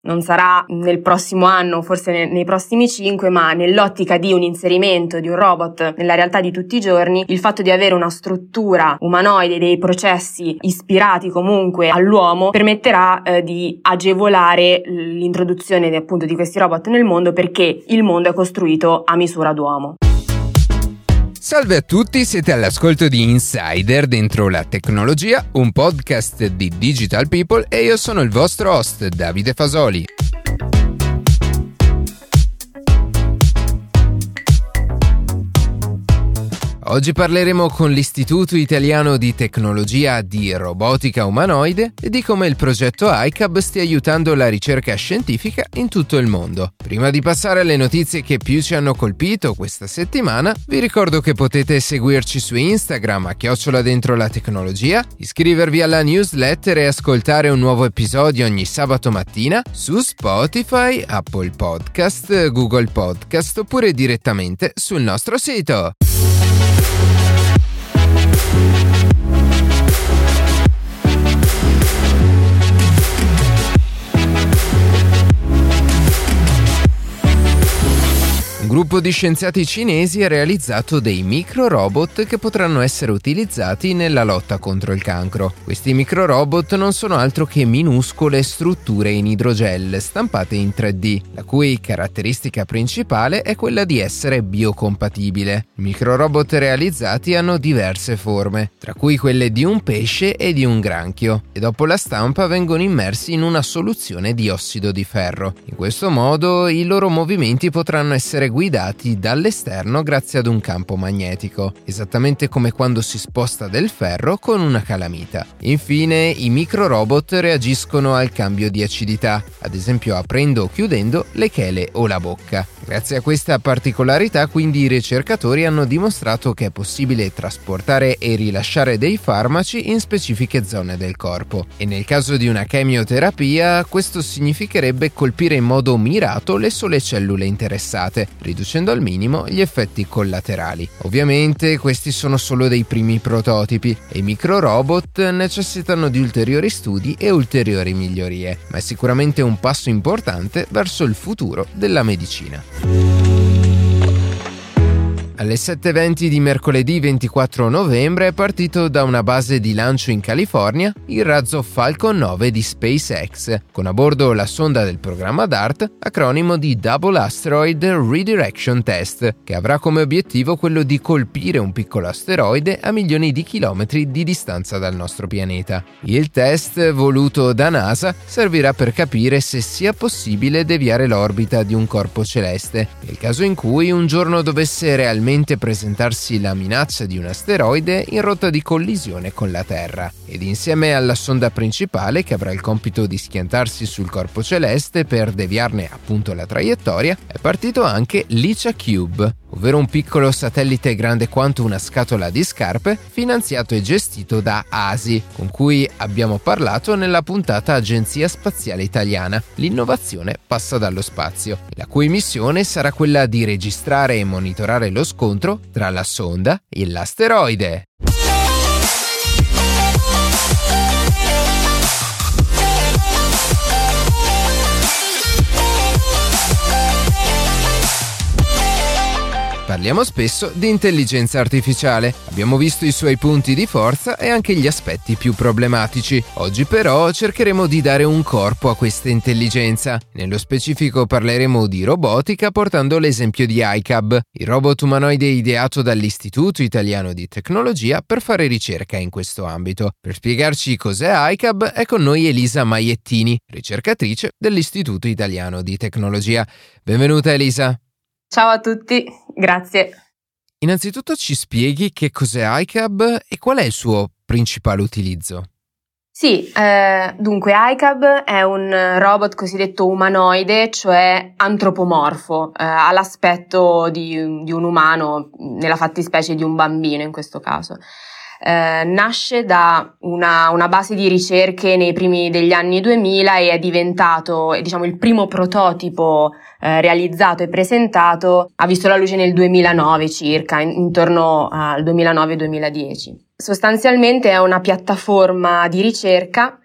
non sarà nel prossimo anno, forse nei prossimi 5, ma nell'ottica di un inserimento di un robot nella realtà di tutti i giorni, il fatto di avere una struttura umanoide, dei processi ispirati comunque all'uomo, permetterà di agevolare l'introduzione appunto di questi robot nel mondo, perché il mondo è costruito a misura d'uomo. Salve a tutti, siete all'ascolto di Insider dentro la tecnologia, un podcast di Digital People e io sono il vostro host Davide Fasoli. Oggi parleremo con l'Istituto Italiano di Tecnologia di Robotica Umanoide e di come il progetto iCub stia aiutando la ricerca scientifica in tutto il mondo. Prima di passare alle notizie che più ci hanno colpito questa settimana, vi ricordo che potete seguirci su Instagram @DentroLaTecnologia, iscrivervi alla newsletter e ascoltare un nuovo episodio ogni sabato mattina su Spotify, Apple Podcast, Google Podcast oppure direttamente sul nostro sito. Un gruppo di scienziati cinesi ha realizzato dei micro-robot che potranno essere utilizzati nella lotta contro il cancro. Questi micro-robot non sono altro che minuscole strutture in idrogel stampate in 3D, la cui caratteristica principale è quella di essere biocompatibile. I micro-robot realizzati hanno diverse forme, tra cui quelle di un pesce e di un granchio, e dopo la stampa vengono immersi in una soluzione di ossido di ferro. In questo modo i loro movimenti potranno essere guidati dall'esterno grazie ad un campo magnetico, esattamente come quando si sposta del ferro con una calamita. Infine, i microrobot reagiscono al cambio di acidità, ad esempio aprendo o chiudendo le chele o la bocca. Grazie a questa particolarità, quindi, i ricercatori hanno dimostrato che è possibile trasportare e rilasciare dei farmaci in specifiche zone del corpo. E nel caso di una chemioterapia, questo significherebbe colpire in modo mirato le sole cellule interessate, riducendo al minimo gli effetti collaterali. Ovviamente questi sono solo dei primi prototipi e i microrobot necessitano di ulteriori studi e ulteriori migliorie, ma è sicuramente un passo importante verso il futuro della medicina. Alle 7:20 di mercoledì 24 novembre è partito da una base di lancio in California il razzo Falcon 9 di SpaceX, con a bordo la sonda del programma DART, acronimo di Double Asteroid Redirection Test, che avrà come obiettivo quello di colpire un piccolo asteroide a milioni di chilometri di distanza dal nostro pianeta. Il test, voluto da NASA, servirà per capire se sia possibile deviare l'orbita di un corpo celeste, nel caso in cui un giorno dovesse realmente presentarsi la minaccia di un asteroide in rotta di collisione con la Terra. Ed insieme alla sonda principale, che avrà il compito di schiantarsi sul corpo celeste per deviarne appunto la traiettoria, è partito anche LICIA-Cube, ovvero un piccolo satellite grande quanto una scatola di scarpe, finanziato e gestito da ASI, con cui abbiamo parlato nella puntata Agenzia Spaziale Italiana. L'innovazione passa dallo spazio, la cui missione sarà quella di registrare e monitorare lo scontro tra la sonda e l'asteroide. Parliamo spesso di intelligenza artificiale. Abbiamo visto i suoi punti di forza e anche gli aspetti più problematici. Oggi però cercheremo di dare un corpo a questa intelligenza. Nello specifico parleremo di robotica portando l'esempio di iCub, il robot umanoide ideato dall'Istituto Italiano di Tecnologia per fare ricerca in questo ambito. Per spiegarci cos'è iCub è con noi Elisa Maiettini, ricercatrice dell'Istituto Italiano di Tecnologia. Benvenuta Elisa. Ciao a tutti, grazie. Innanzitutto ci spieghi che cos'è iCub e qual è il suo principale utilizzo? Sì, dunque iCub è un robot cosiddetto umanoide, cioè antropomorfo, ha l'aspetto di un umano, nella fattispecie di un bambino in questo caso. Nasce da una base di ricerche nei primi degli anni 2000 e è diventato, diciamo, il primo prototipo realizzato e presentato, ha visto la luce nel 2009 circa, intorno al 2009-2010. Sostanzialmente è una piattaforma di ricerca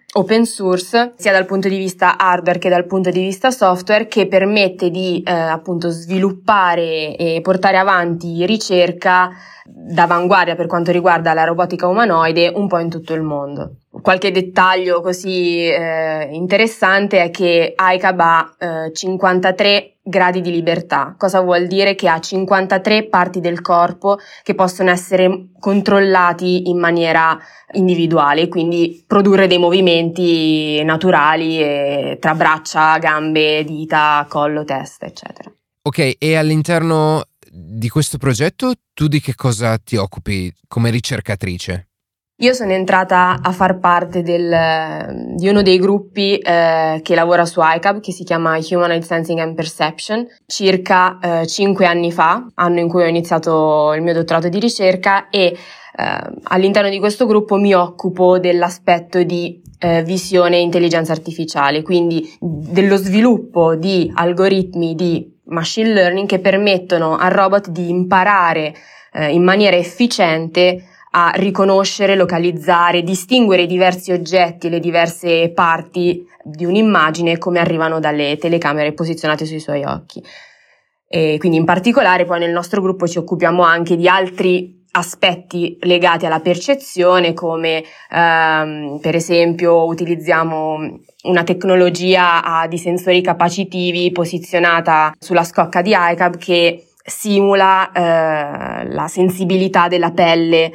open source, sia dal punto di vista hardware che dal punto di vista software, che permette di appunto sviluppare e portare avanti ricerca d'avanguardia per quanto riguarda la robotica umanoide un po' in tutto il mondo. Qualche dettaglio così interessante è che iCab ha 53 gradi di libertà. Cosa vuol dire? Che ha 53 parti del corpo che possono essere controllati in maniera individuale, quindi produrre dei movimenti naturali tra braccia, gambe, dita, collo, testa, eccetera. Ok, e all'interno di questo progetto tu di che cosa ti occupi come ricercatrice? Io sono entrata a far parte di uno dei gruppi che lavora su iCab, che si chiama Humanoid Sensing and Perception, circa 5 anni fa, anno in cui ho iniziato il mio dottorato di ricerca, e all'interno di questo gruppo mi occupo dell'aspetto di visione e intelligenza artificiale, quindi dello sviluppo di algoritmi di machine learning che permettono al robot di imparare in maniera efficiente a riconoscere, localizzare, distinguere i diversi oggetti, le diverse parti di un'immagine come arrivano dalle telecamere posizionate sui suoi occhi. E quindi in particolare poi nel nostro gruppo ci occupiamo anche di altri aspetti legati alla percezione, come per esempio utilizziamo una tecnologia di sensori capacitivi posizionata sulla scocca di iCab che simula la sensibilità della pelle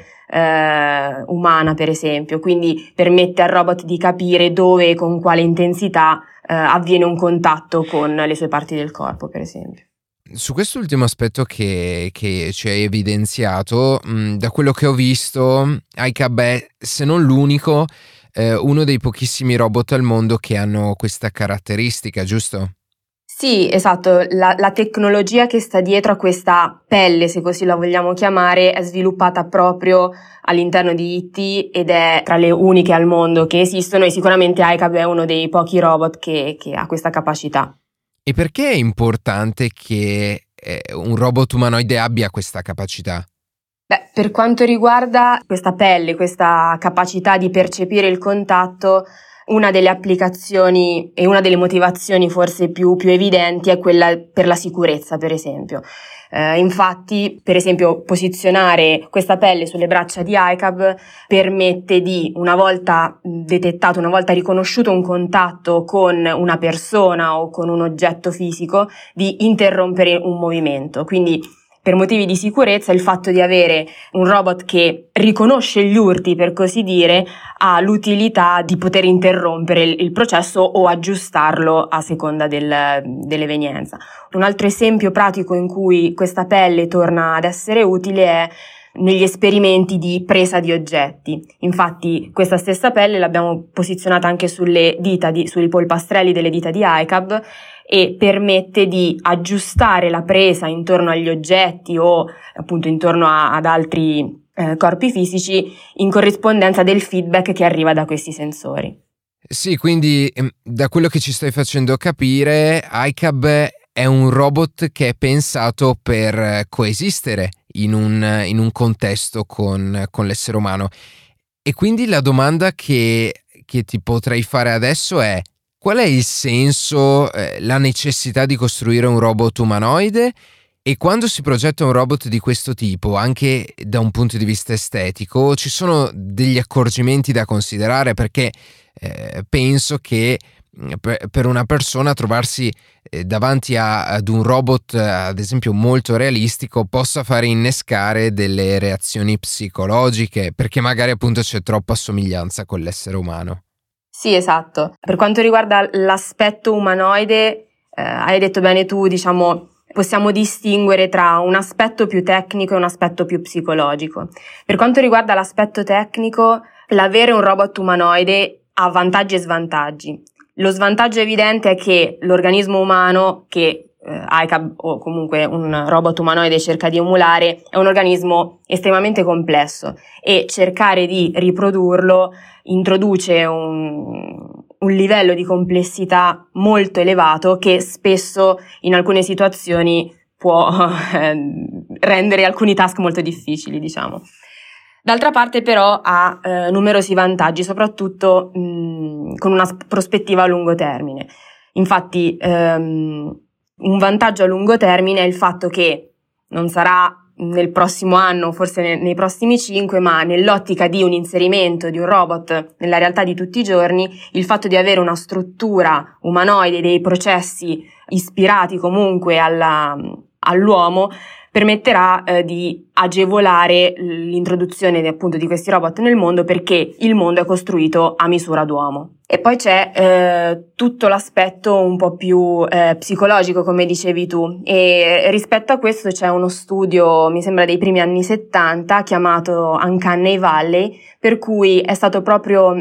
umana, per esempio, quindi permette al robot di capire dove e con quale intensità avviene un contatto con le sue parti del corpo, per esempio. Su quest'ultimo aspetto che ci hai evidenziato, da quello che ho visto, iCab è, se non l'unico, uno dei pochissimi robot al mondo che hanno questa caratteristica, giusto? Sì, esatto, la tecnologia che sta dietro a questa pelle, se così la vogliamo chiamare, è sviluppata proprio all'interno di IT ed è tra le uniche al mondo che esistono, e sicuramente iCab è uno dei pochi robot che ha questa capacità. E perché è importante che un robot umanoide abbia questa capacità? Beh, per quanto riguarda questa pelle, questa capacità di percepire il contatto, una delle applicazioni e una delle motivazioni forse più evidenti è quella per la sicurezza, per esempio. Infatti, per esempio, posizionare questa pelle sulle braccia di iCab permette di, una volta detettato, una volta riconosciuto un contatto con una persona o con un oggetto fisico, di interrompere un movimento. Quindi, per motivi di sicurezza, il fatto di avere un robot che riconosce gli urti, per così dire, ha l'utilità di poter interrompere il processo o aggiustarlo a seconda dell'evenienza. Un altro esempio pratico in cui questa pelle torna ad essere utile è negli esperimenti di presa di oggetti. Infatti questa stessa pelle l'abbiamo posizionata anche sulle sui polpastrelli delle dita di iCab, e permette di aggiustare la presa intorno agli oggetti o appunto intorno ad altri corpi fisici in corrispondenza del feedback che arriva da questi sensori. Sì, quindi da quello che ci stai facendo capire, iCab è un robot che è pensato per coesistere in un contesto con l'essere umano. E quindi la domanda che ti potrei fare adesso è: qual è il senso, la necessità di costruire un robot umanoide? E quando si progetta un robot di questo tipo, anche da un punto di vista estetico, ci sono degli accorgimenti da considerare? Perché penso che per una persona trovarsi davanti ad un robot, ad esempio molto realistico, possa fare innescare delle reazioni psicologiche, perché magari appunto c'è troppa somiglianza con l'essere umano. Sì, esatto. Per quanto riguarda l'aspetto umanoide, hai detto bene tu, diciamo, possiamo distinguere tra un aspetto più tecnico e un aspetto più psicologico. Per quanto riguarda l'aspetto tecnico, l'avere un robot umanoide ha vantaggi e svantaggi. Lo svantaggio evidente è che l'organismo umano, che iCab o comunque un robot umanoide cerca di emulare, è un organismo estremamente complesso, e cercare di riprodurlo introduce un livello di complessità molto elevato che spesso in alcune situazioni può rendere alcuni task molto difficili, diciamo. D'altra parte però ha numerosi vantaggi, soprattutto con una prospettiva a lungo termine. Infatti un vantaggio a lungo termine è il fatto che non sarà nel prossimo anno, forse nei prossimi 5, ma nell'ottica di un inserimento di un robot nella realtà di tutti i giorni, il fatto di avere una struttura umanoide, dei processi ispirati comunque all'uomo, permetterà di agevolare l'introduzione appunto di questi robot nel mondo, perché il mondo è costruito a misura d'uomo. E poi c'è tutto l'aspetto un po' più psicologico, come dicevi tu, e rispetto a questo c'è uno studio, mi sembra dei primi anni 70, chiamato Uncanny Valley, per cui è stato proprio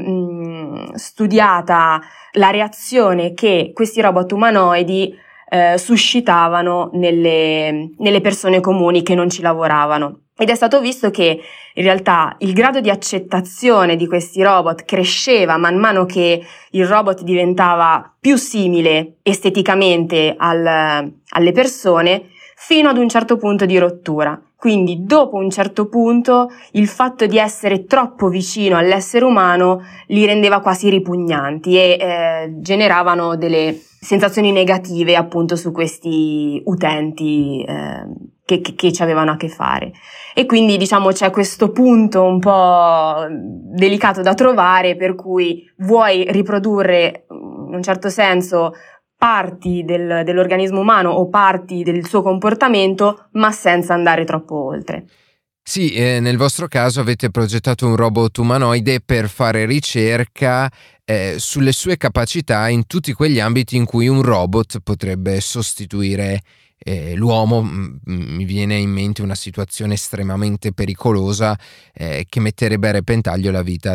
studiata la reazione che questi robot umanoidi suscitavano nelle persone comuni che non ci lavoravano. Ed è stato visto che in realtà il grado di accettazione di questi robot cresceva man mano che il robot diventava più simile esteticamente alle persone, fino ad un certo punto di rottura. Quindi dopo un certo punto il fatto di essere troppo vicino all'essere umano li rendeva quasi ripugnanti e generavano delle sensazioni negative appunto su questi utenti che ci avevano a che fare. E quindi diciamo c'è questo punto un po' delicato da trovare, per cui vuoi riprodurre in un certo senso parti dell'organismo umano o parti del suo comportamento, ma senza andare troppo oltre. Sì, nel vostro caso avete progettato un robot umanoide per fare ricerca sulle sue capacità in tutti quegli ambiti in cui un robot potrebbe sostituire l'uomo. Mi viene in mente una situazione estremamente pericolosa che metterebbe a repentaglio la vita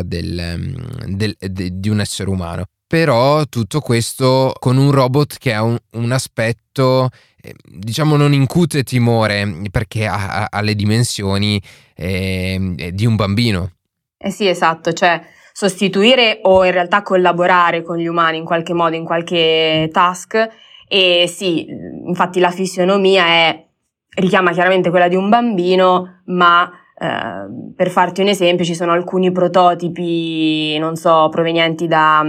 di un essere umano. Però tutto questo con un robot che ha un aspetto, diciamo, non incute timore, perché ha le dimensioni di un bambino. Sì, esatto, cioè sostituire o in realtà collaborare con gli umani in qualche modo, in qualche task. E sì, infatti la fisionomia richiama chiaramente quella di un bambino, ma per farti un esempio ci sono alcuni prototipi, non so, provenienti da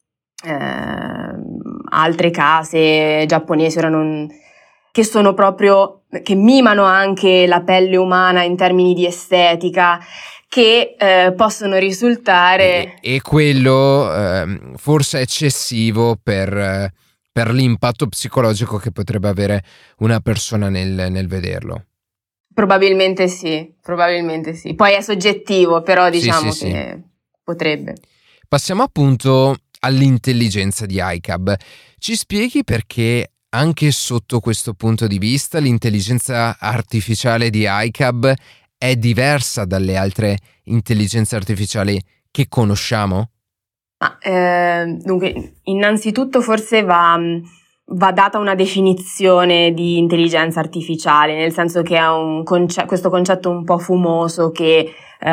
altre case giapponesi, che sono proprio, che mimano anche la pelle umana in termini di estetica, che possono risultare... E quello forse è eccessivo per l'impatto psicologico che potrebbe avere una persona nel vederlo. Probabilmente sì. Poi è soggettivo, però diciamo sì. che potrebbe. Passiamo appunto all'intelligenza di iCab. Ci spieghi perché anche sotto questo punto di vista l'intelligenza artificiale di iCab è diversa dalle altre intelligenze artificiali che conosciamo? Dunque, innanzitutto forse va data una definizione di intelligenza artificiale, nel senso che è questo concetto un po' fumoso che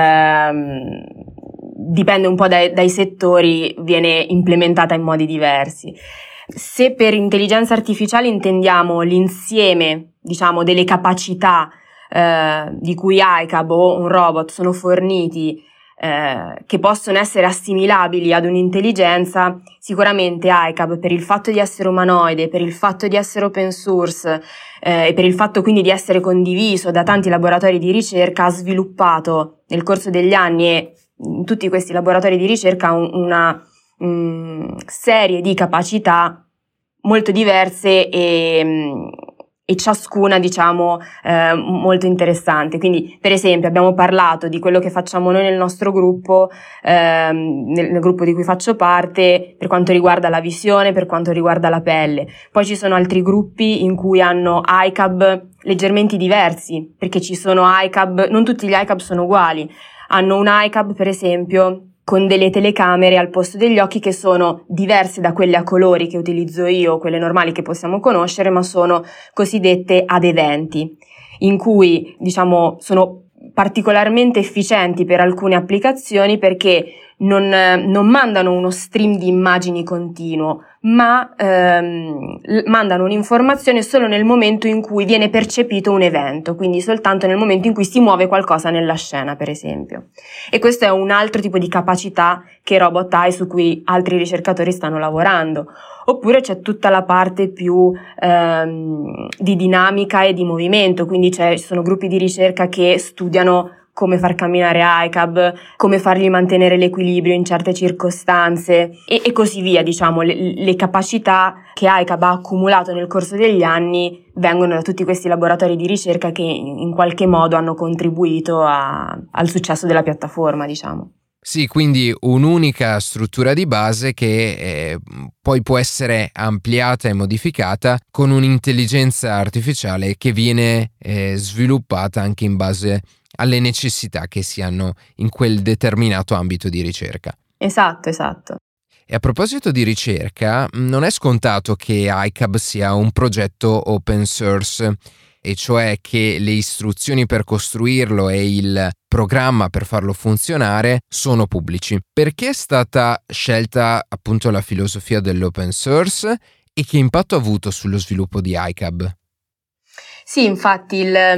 dipende un po' dai settori, viene implementata in modi diversi. Se per intelligenza artificiale intendiamo l'insieme, diciamo, delle capacità di cui iCab o un robot sono forniti, che possono essere assimilabili ad un'intelligenza, sicuramente iCab, per il fatto di essere umanoide, per il fatto di essere open source e per il fatto quindi di essere condiviso da tanti laboratori di ricerca, ha sviluppato nel corso degli anni, e in tutti questi laboratori di ricerca, una serie di capacità molto diverse e ciascuna, diciamo, molto interessante. Quindi, per esempio, abbiamo parlato di quello che facciamo noi nel nostro gruppo, nel gruppo di cui faccio parte, per quanto riguarda la visione, per quanto riguarda la pelle. Poi ci sono altri gruppi in cui hanno iCab leggermente diversi, perché ci sono iCab, non tutti gli iCab sono uguali. Hanno un iCab, per esempio, con delle telecamere al posto degli occhi che sono diverse da quelle a colori che utilizzo io, quelle normali che possiamo conoscere, ma sono cosiddette ad eventi, in cui, diciamo, sono particolarmente efficienti per alcune applicazioni perché non mandano uno stream di immagini continuo, ma mandano un'informazione solo nel momento in cui viene percepito un evento, quindi soltanto nel momento in cui si muove qualcosa nella scena, per esempio. E questo è un altro tipo di capacità che Robot ha e su cui altri ricercatori stanno lavorando. Oppure c'è tutta la parte più di dinamica e di movimento, quindi ci sono gruppi di ricerca che studiano come far camminare iCab, come fargli mantenere l'equilibrio in certe circostanze e così via, diciamo. Le capacità che iCab ha accumulato nel corso degli anni vengono da tutti questi laboratori di ricerca che in qualche modo hanno contribuito al successo della piattaforma, diciamo. Sì, quindi un'unica struttura di base che poi può essere ampliata e modificata con un'intelligenza artificiale che viene sviluppata anche in base alle necessità che si hanno in quel determinato ambito di ricerca. Esatto. E a proposito di ricerca, non è scontato che iCab sia un progetto open source, e cioè che le istruzioni per costruirlo e il programma per farlo funzionare sono pubblici. Perché è stata scelta appunto la filosofia dell'open source e che impatto ha avuto sullo sviluppo di iCab? Sì, infatti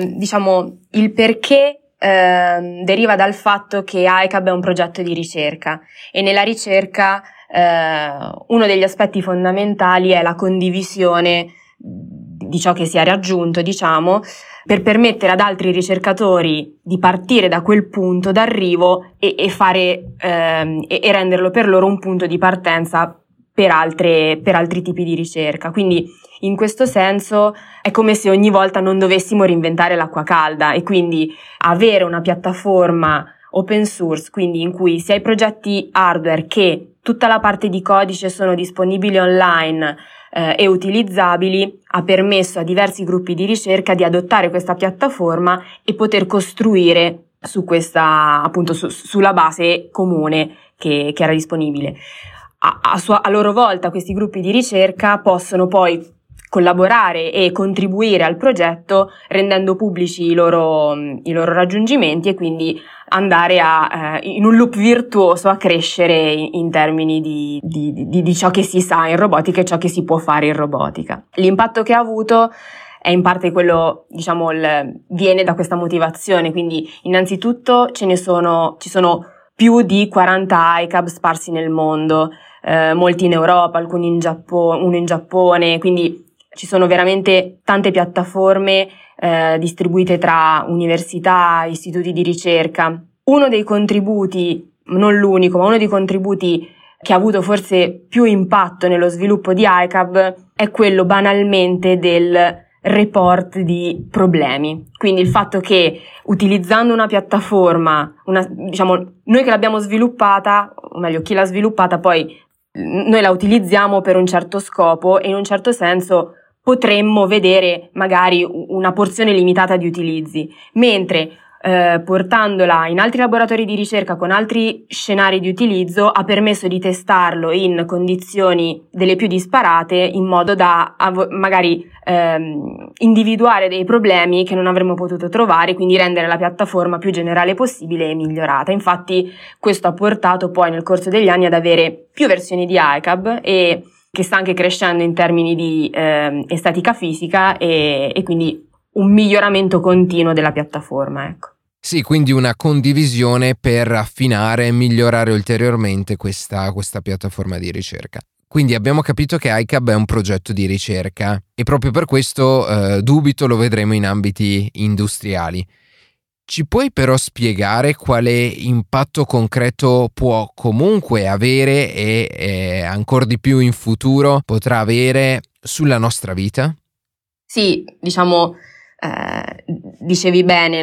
il perché deriva dal fatto che iCab è un progetto di ricerca e nella ricerca uno degli aspetti fondamentali è la condivisione di ciò che si è raggiunto, diciamo, per permettere ad altri ricercatori di partire da quel punto d'arrivo e renderlo per loro un punto di partenza per altri tipi di ricerca. Quindi in questo senso è come se ogni volta non dovessimo reinventare l'acqua calda e quindi avere una piattaforma open source, quindi in cui sia i progetti hardware che tutta la parte di codice sono disponibili online e utilizzabili, ha permesso a diversi gruppi di ricerca di adottare questa piattaforma e poter costruire su questa, appunto, sulla base comune che era disponibile. A loro volta questi gruppi di ricerca possono poi collaborare e contribuire al progetto rendendo pubblici i loro raggiungimenti e quindi andare in un loop virtuoso a crescere in termini di ciò che si sa in robotica e ciò che si può fare in robotica. L'impatto che ha avuto è in parte quello, diciamo, viene da questa motivazione, quindi innanzitutto ci sono più di 40 iCab sparsi nel mondo, molti in Europa, alcuni uno in Giappone, quindi ci sono veramente tante piattaforme distribuite tra università, istituti di ricerca. Uno dei contributi, non l'unico, ma uno dei contributi che ha avuto forse più impatto nello sviluppo di iCab è quello banalmente del report di problemi. Quindi il fatto che utilizzando una piattaforma, noi che l'abbiamo sviluppata, o meglio chi l'ha sviluppata, poi noi la utilizziamo per un certo scopo e in un certo senso potremmo vedere magari una porzione limitata di utilizzi, mentre portandola in altri laboratori di ricerca con altri scenari di utilizzo ha permesso di testarlo in condizioni delle più disparate in modo da magari individuare dei problemi che non avremmo potuto trovare, quindi rendere la piattaforma più generale possibile e migliorata. Infatti questo ha portato poi nel corso degli anni ad avere più versioni di iCab e che sta anche crescendo in termini di estetica fisica e quindi un miglioramento continuo della piattaforma, ecco. Sì, quindi una condivisione per affinare e migliorare ulteriormente questa piattaforma di ricerca. Quindi abbiamo capito che iCab è un progetto di ricerca e proprio per questo dubito lo vedremo in ambiti industriali. Ci puoi però spiegare quale impatto concreto può comunque avere e ancor di più in futuro potrà avere sulla nostra vita? Sì, dicevi bene,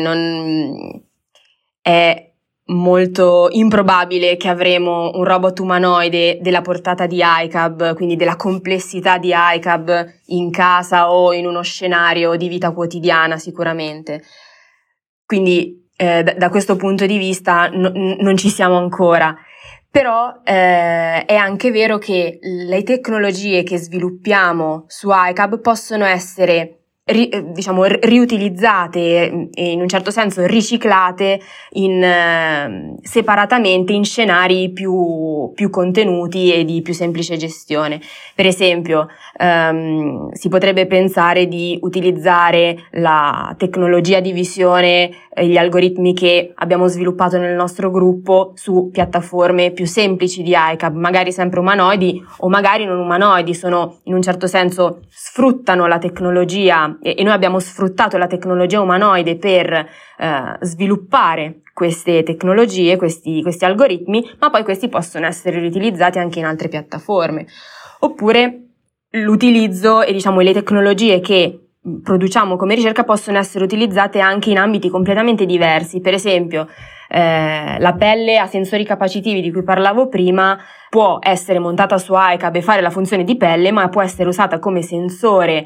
è molto improbabile che avremo un robot umanoide della portata di iCab, quindi della complessità di iCab in casa o in uno scenario di vita quotidiana sicuramente. Quindi da questo punto di vista non ci siamo ancora. Però è anche vero che le tecnologie che sviluppiamo su iCab possono essere riutilizzate e in un certo senso riciclate separatamente in scenari più contenuti e di più semplice gestione. Per esempio, si potrebbe pensare di utilizzare la tecnologia di visione, gli algoritmi che abbiamo sviluppato nel nostro gruppo su piattaforme più semplici di iCab, magari sempre umanoidi o magari non umanoidi, sono in un certo senso sfruttano la tecnologia e noi abbiamo sfruttato la tecnologia umanoide per sviluppare queste tecnologie, questi algoritmi, ma poi questi possono essere riutilizzati anche in altre piattaforme. Oppure l'utilizzo e le tecnologie che produciamo come ricerca possono essere utilizzate anche in ambiti completamente diversi. Per esempio, la pelle a sensori capacitivi di cui parlavo prima può essere montata su iCab e fare la funzione di pelle, ma può essere usata come sensore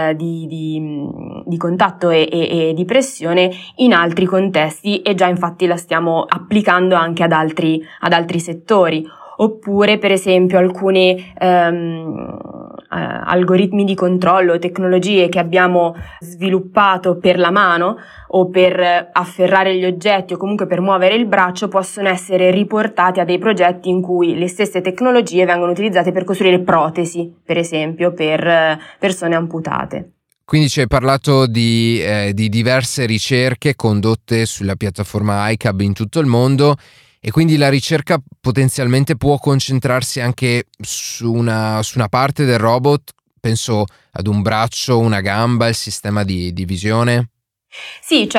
di contatto e di pressione in altri contesti, e già infatti la stiamo applicando anche ad altri settori. Oppure, per esempio, alcuni algoritmi di controllo, tecnologie che abbiamo sviluppato per la mano o per afferrare gli oggetti o comunque per muovere il braccio possono essere riportati a dei progetti in cui le stesse tecnologie vengono utilizzate per costruire protesi, per esempio, per persone amputate. Quindi ci hai parlato di diverse ricerche condotte sulla piattaforma iCab in tutto il mondo, e quindi la ricerca potenzialmente può concentrarsi anche su una parte del robot, penso ad un braccio, una gamba, il sistema di visione? Sì,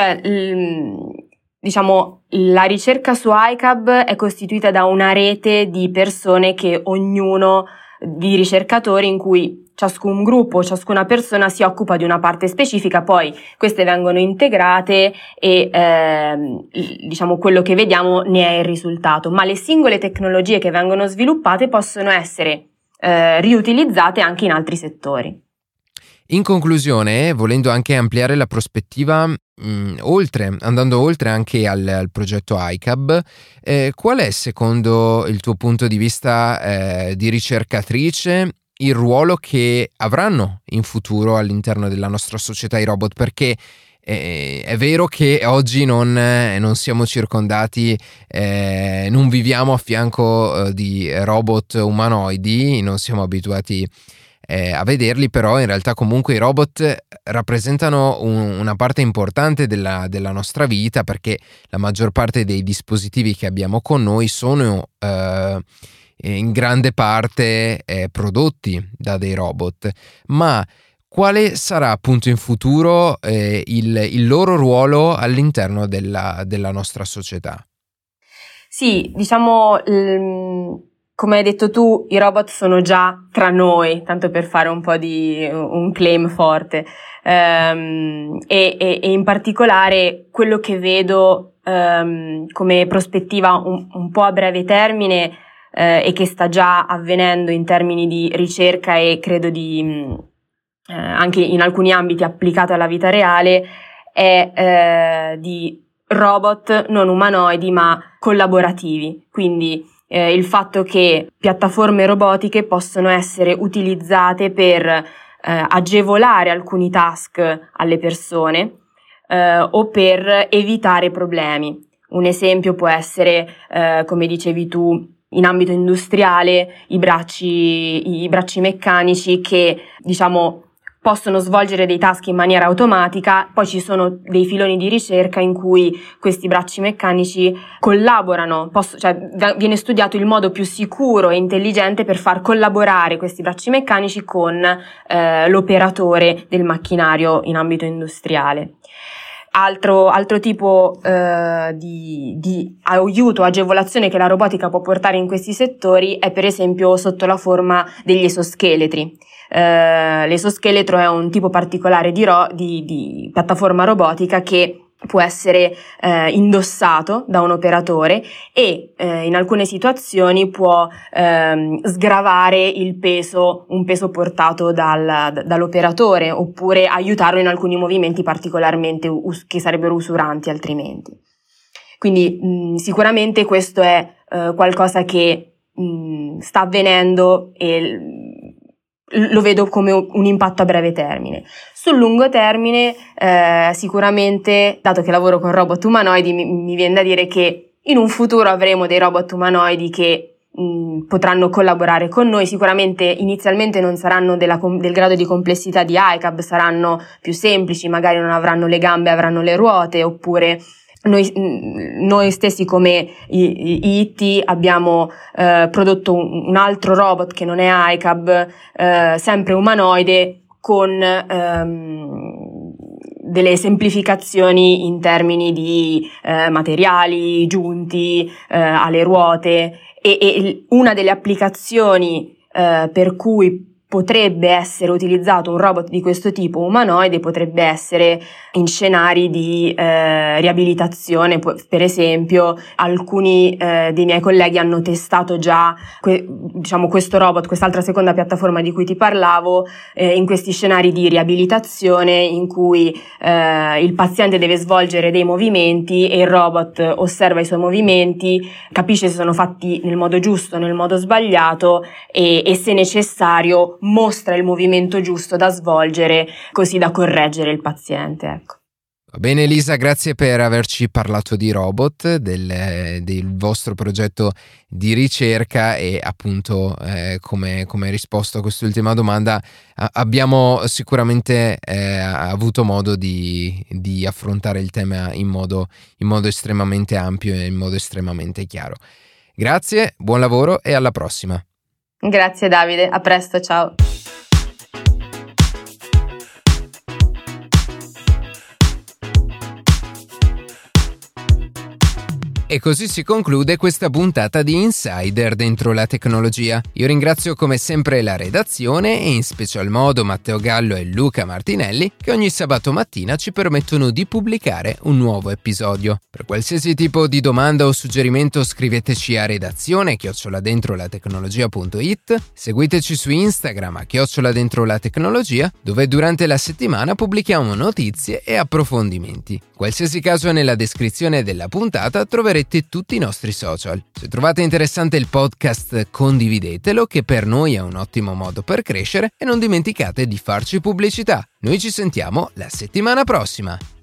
la ricerca su iCab è costituita da una rete di persone di ricercatori in cui ciascun gruppo, ciascuna persona si occupa di una parte specifica, poi queste vengono integrate e quello che vediamo ne è il risultato, ma le singole tecnologie che vengono sviluppate possono essere riutilizzate anche in altri settori. In conclusione, volendo anche ampliare la prospettiva, andando oltre anche al progetto iCab, qual è secondo il tuo punto di vista di ricercatrice il ruolo che avranno in futuro all'interno della nostra società i robot? Perché è vero che oggi non siamo circondati, non viviamo a fianco di robot umanoidi, non siamo abituati a vederli, però in realtà comunque i robot rappresentano una parte importante della nostra vita, perché la maggior parte dei dispositivi che abbiamo con noi sono in grande parte prodotti da dei robot. Ma quale sarà appunto in futuro il loro ruolo all'interno della nostra società? Sì, come hai detto tu, i robot sono già tra noi, tanto per fare un po' di un claim forte, e in particolare quello che vedo come prospettiva un po' a breve termine e che sta già avvenendo in termini di ricerca e credo anche in alcuni ambiti applicato alla vita reale, è di robot non umanoidi ma collaborativi, quindi il fatto che piattaforme robotiche possono essere utilizzate per agevolare alcuni task alle persone o per evitare problemi. Un esempio può essere, come dicevi tu, in ambito industriale, i bracci meccanici che, possono svolgere dei task in maniera automatica. Poi ci sono dei filoni di ricerca in cui questi bracci meccanici collaborano, viene studiato il modo più sicuro e intelligente per far collaborare questi bracci meccanici con l'operatore del macchinario in ambito industriale. Altro tipo di aiuto, agevolazione che la robotica può portare in questi settori è per esempio sotto la forma degli esoscheletri. L'esoscheletro è un tipo particolare di piattaforma robotica che può essere indossato da un operatore e in alcune situazioni può sgravare un peso portato dall'operatore, oppure aiutarlo in alcuni movimenti particolarmente che sarebbero usuranti altrimenti. Quindi sicuramente questo è qualcosa che sta avvenendo e lo vedo come un impatto a breve termine. Sul lungo termine, sicuramente, dato che lavoro con robot umanoidi, mi viene da dire che in un futuro avremo dei robot umanoidi che potranno collaborare con noi. Sicuramente inizialmente non saranno del grado di complessità di iCab, saranno più semplici, magari non avranno le gambe, avranno le ruote, oppure noi stessi come IT abbiamo prodotto un altro robot che non è iCab, sempre umanoide, con delle semplificazioni in termini di materiali, giunti alle ruote, e una delle applicazioni per cui potrebbe essere utilizzato un robot di questo tipo umanoide potrebbe essere in scenari di riabilitazione. Per esempio, alcuni dei miei colleghi hanno testato già questo robot, quest'altra seconda piattaforma di cui ti parlavo, in questi scenari di riabilitazione in cui il paziente deve svolgere dei movimenti e il robot osserva i suoi movimenti, capisce se sono fatti nel modo giusto, nel modo sbagliato e se necessario mostra il movimento giusto da svolgere, così da correggere il paziente, ecco. Va bene Elisa, grazie per averci parlato di robot, del vostro progetto di ricerca e appunto come hai risposto a quest'ultima domanda abbiamo sicuramente avuto modo di affrontare il tema in modo estremamente ampio e in modo estremamente chiaro. Grazie, buon lavoro e alla prossima. Grazie Davide, a presto, ciao. E così si conclude questa puntata di Insider dentro la tecnologia. Io ringrazio come sempre la redazione e in special modo Matteo Gallo e Luca Martinelli che ogni sabato mattina ci permettono di pubblicare un nuovo episodio. Per qualsiasi tipo di domanda o suggerimento scriveteci a redazione@dentrolatecnologia.it, seguiteci su Instagram @dentrolatecnologia, dove durante la settimana pubblichiamo notizie e approfondimenti. Qualsiasi caso, nella descrizione della puntata troverete tutti i nostri social. Se trovate interessante il podcast, condividetelo, che per noi è un ottimo modo per crescere, e non dimenticate di farci pubblicità. Noi ci sentiamo la settimana prossima.